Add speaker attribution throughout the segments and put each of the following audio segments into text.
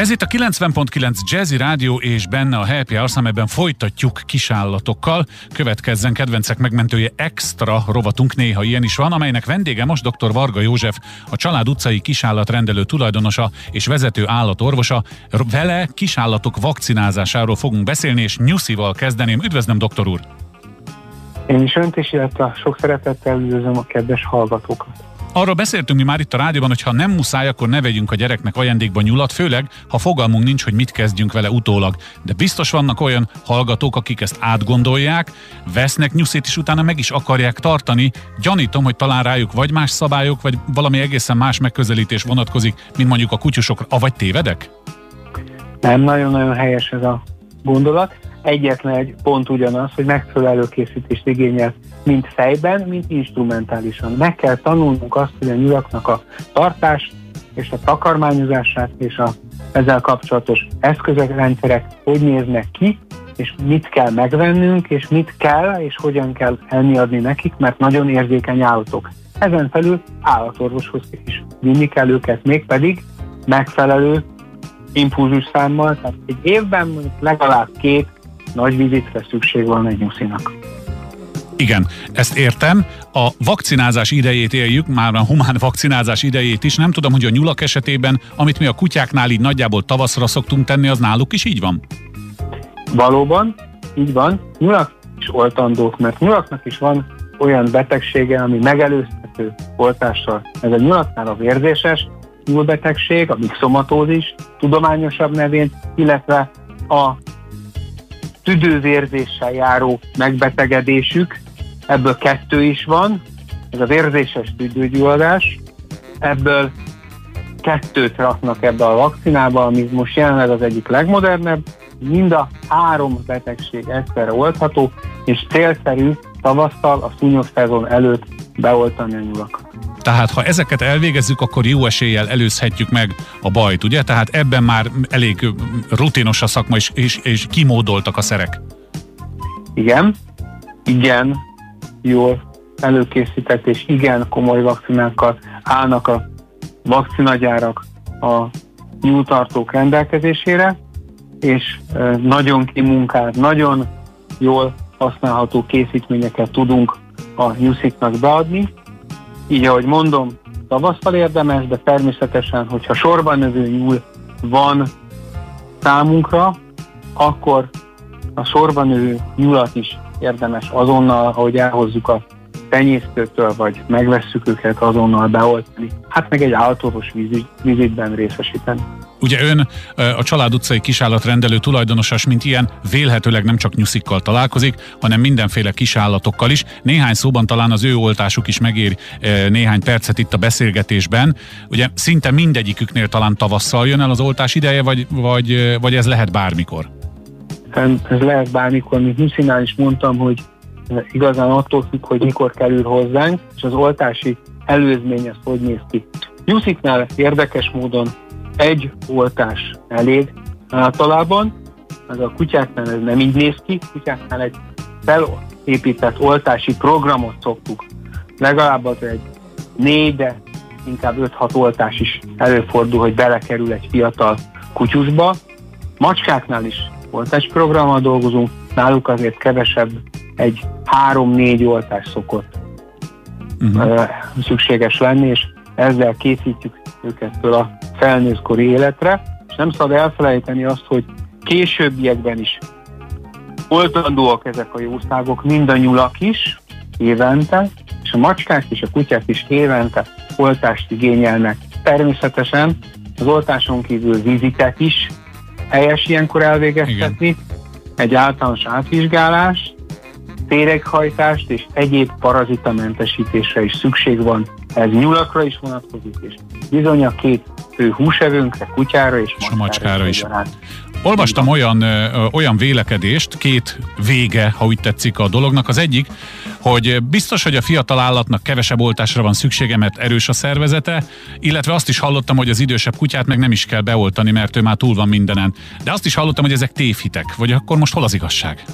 Speaker 1: Ez itt a 90.9 Jazzy Rádió és benne a Happy Hours, amelyben folytatjuk kisállatokkal. Következzen kedvencek megmentője extra rovatunk, néha ilyen is van, amelynek vendége most dr. Varga József, a Család utcai kisállatrendelő tulajdonosa és vezető állatorvosa. Vele kisállatok vakcinázásáról fogunk beszélni, és Nyuszival kezdeném. Üdvözlöm, doktor úr!
Speaker 2: Én is önt is, illetve sok szeretettel üdvözlöm a kedves hallgatókat.
Speaker 1: Arról beszéltünk mi már itt a rádióban, hogy ha nem muszáj, akkor ne vegyünk a gyereknek ajándékba nyulat, főleg, ha fogalmunk nincs, hogy mit kezdjünk vele utólag. De biztos vannak olyan hallgatók, akik ezt átgondolják, vesznek nyuszit, és utána meg is akarják tartani. Gyanítom, hogy talán rájuk vagy más szabályok, vagy valami egészen más megközelítés vonatkozik, mint mondjuk a kutyusokra. Avagy tévedek?
Speaker 2: Nem, nagyon-nagyon helyes ez a gondolat. Egyetlen egy pont ugyanaz, hogy megfelelő előkészítést igényel, mind fejben, mind instrumentálisan. Meg kell tanulnunk azt, hogy a nyulaknak a tartás és a takarmányozását és a ezzel kapcsolatos eszközök, rendszerek hogy néznek ki, és mit kell megvennünk, és mit kell, és hogyan kell adni nekik, mert nagyon érzékeny állatok. Ezen felül állatorvoshoz is vinni kell őket, mégpedig megfelelő impulzusszámmal, tehát egy évben legalább 2 nagy vizitre szükség van egy nyuszinak.
Speaker 1: Igen, ezt értem. A vakcinázás idejét éljük, már a humán vakcinázás idejét is. Nem tudom, hogy a nyulak esetében, amit mi a kutyáknál így nagyjából tavaszra szoktunk tenni, az náluk is így van?
Speaker 2: Valóban, így van. Nyulak is oltandók, mert nyulaknak is van olyan betegsége, ami megelőzhető oltással. Ez a nyulaknál a vérzéses nyúlbetegség, a mixomatózis, tudományosabb nevén, illetve a tüdővérzéssel járó megbetegedésük, ebből 2 is van, ez a vérzéses tüdőgyulladás, ebből 2 raknak ebbe a vakcinába, ami most jelenleg az egyik legmodernebb, mind a 3 betegség egyszerre oltható, és célszerű tavasszal a szúnyogszezon előtt beoltani a nyulakat.
Speaker 1: Tehát ha ezeket elvégezzük, akkor jó eséllyel előzhetjük meg a bajt, ugye? Tehát ebben már elég rutinos a szakma, és kimódoltak a szerek. Igen, jól előkészített, és igen komoly vakcinákkal állnak a vakcinagyárak a nyúltartók rendelkezésére, és nagyon kimunkált, nagyon jól használható készítményeket tudunk a nyusziknak beadni. Így, ahogy mondom, tavasszal érdemes, de természetesen, hogyha sorban növő nyúl van számunkra, akkor a sorban növő nyulat is érdemes azonnal, ahogy elhozzuk a tenyésztőtől, vagy megvesszük őket, azonnal beoltani. Hát meg egy állatorvos vizitben részesíteni. Ugye ön a Család utcai kisállatrendelő tulajdonosas, mint ilyen, vélhetőleg nem csak nyuszikkal találkozik, hanem mindenféle kisállatokkal is. Néhány szóban talán az ő oltásuk is megér néhány percet itt a beszélgetésben. Ugye szinte mindegyiküknél talán tavasszal jön el az oltás ideje, vagy ez lehet bármikor?
Speaker 2: Ez lehet bármikor, mint nyuszinál is mondtam, hogy igazán attól függ, hogy mikor kerül hozzánk, és az oltási előzmény az hogy néz ki. Nyusziknál érdekes módon egy oltás elég általában, az a kutyáknál ez nem így néz ki, kutyáknál egy felépített oltási programot szoktuk. Legalább az egy 4, de inkább 5-6 oltás is előfordul, hogy belekerül egy fiatal kutyusba. Macskáknál is oltásprogrammal dolgozunk, náluk azért kevesebb, egy 3-4 oltás szokott szükséges lenni, és ezzel készítjük őket föl a felnőttkori életre, és nem szabad elfelejteni azt, hogy későbbiekben is oltandóak ezek a jószágok, mind a nyulak is évente, és a macskák és a kutyák is évente oltást igényelnek. Természetesen az oltáson kívül vizitet is helyes ilyenkor elvégeztetni, igen. Egy általános átvizsgálást, féreghajtást és egyéb parazitamentesítésre is szükség van. Ez nyulakra is vonatkozik, és bizony a 2 fő húsevőnkre, kutyára és
Speaker 1: macskára is. Olvastam olyan vélekedést, 2 vége, ha úgy tetszik a dolognak. Az egyik, hogy biztos, hogy a fiatal állatnak kevesebb oltásra van szüksége, mert erős a szervezete, illetve azt is hallottam, hogy az idősebb kutyát meg nem is kell beoltani, mert ő már túl van mindenen. De azt is hallottam, hogy ezek tévhitek, vagy akkor most hol az igazság?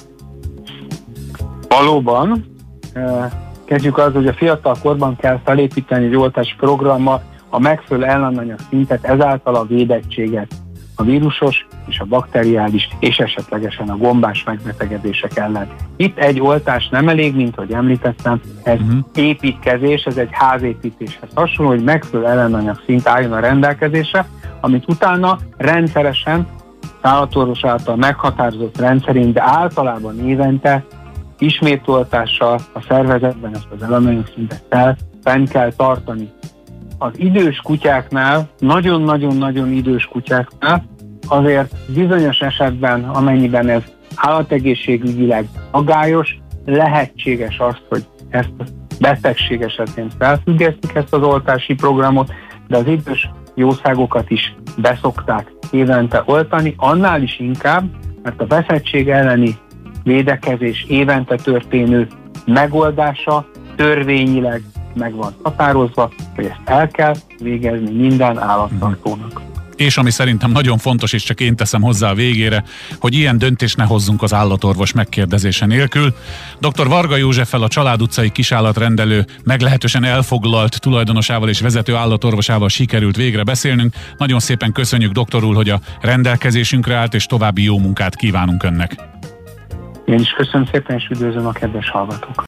Speaker 2: Valóban, kezdjük az, hogy a fiatal korban kell felépíteni egy oltás programmal a megfelelő ellenanyag szintet, ezáltal a védettséget.
Speaker 1: a vírusos és a bakteriális, és esetlegesen a gombás megbetegedések ellen. Itt egy oltás nem elég, mint ahogy említettem, ez építkezés, ez egy házépítéshez hasonló, hogy megfelelő ellenanyag szint álljon a rendelkezésre, amit utána rendszeresen állatorvos által meghatározott rendszerint, de általában évente ismétoltással a szervezetben ezt az ellenanyag szintet fenn kell tartani. Az idős kutyáknál, nagyon-nagyon-nagyon idős kutyáknál azért bizonyos esetben, amennyiben ez állategészségügyileg aggályos, lehetséges az, hogy ezt a betegség esetén felfüggesztik ezt az oltási programot, de az idős jószágokat is beszokták évente oltani, annál is inkább, mert a veszettség elleni védekezés évente történő megoldása törvényileg meg van határozva, hogy ezt el kell végezni minden állattartónak.
Speaker 3: És ami szerintem nagyon fontos, és csak én teszem hozzá a végére, hogy ilyen döntést ne hozzunk az állatorvos megkérdezése nélkül. Dr. Varga Józseffel, a Család utcai kisállatrendelő meglehetősen elfoglalt tulajdonosával és vezető állatorvosával sikerült végre beszélnünk. Nagyon szépen köszönjük, doktor úr, hogy a rendelkezésünkre állt, és további jó munkát kívánunk önnek.
Speaker 1: Én is köszönöm szépen, és üdvözlöm a kedves hallgatókat.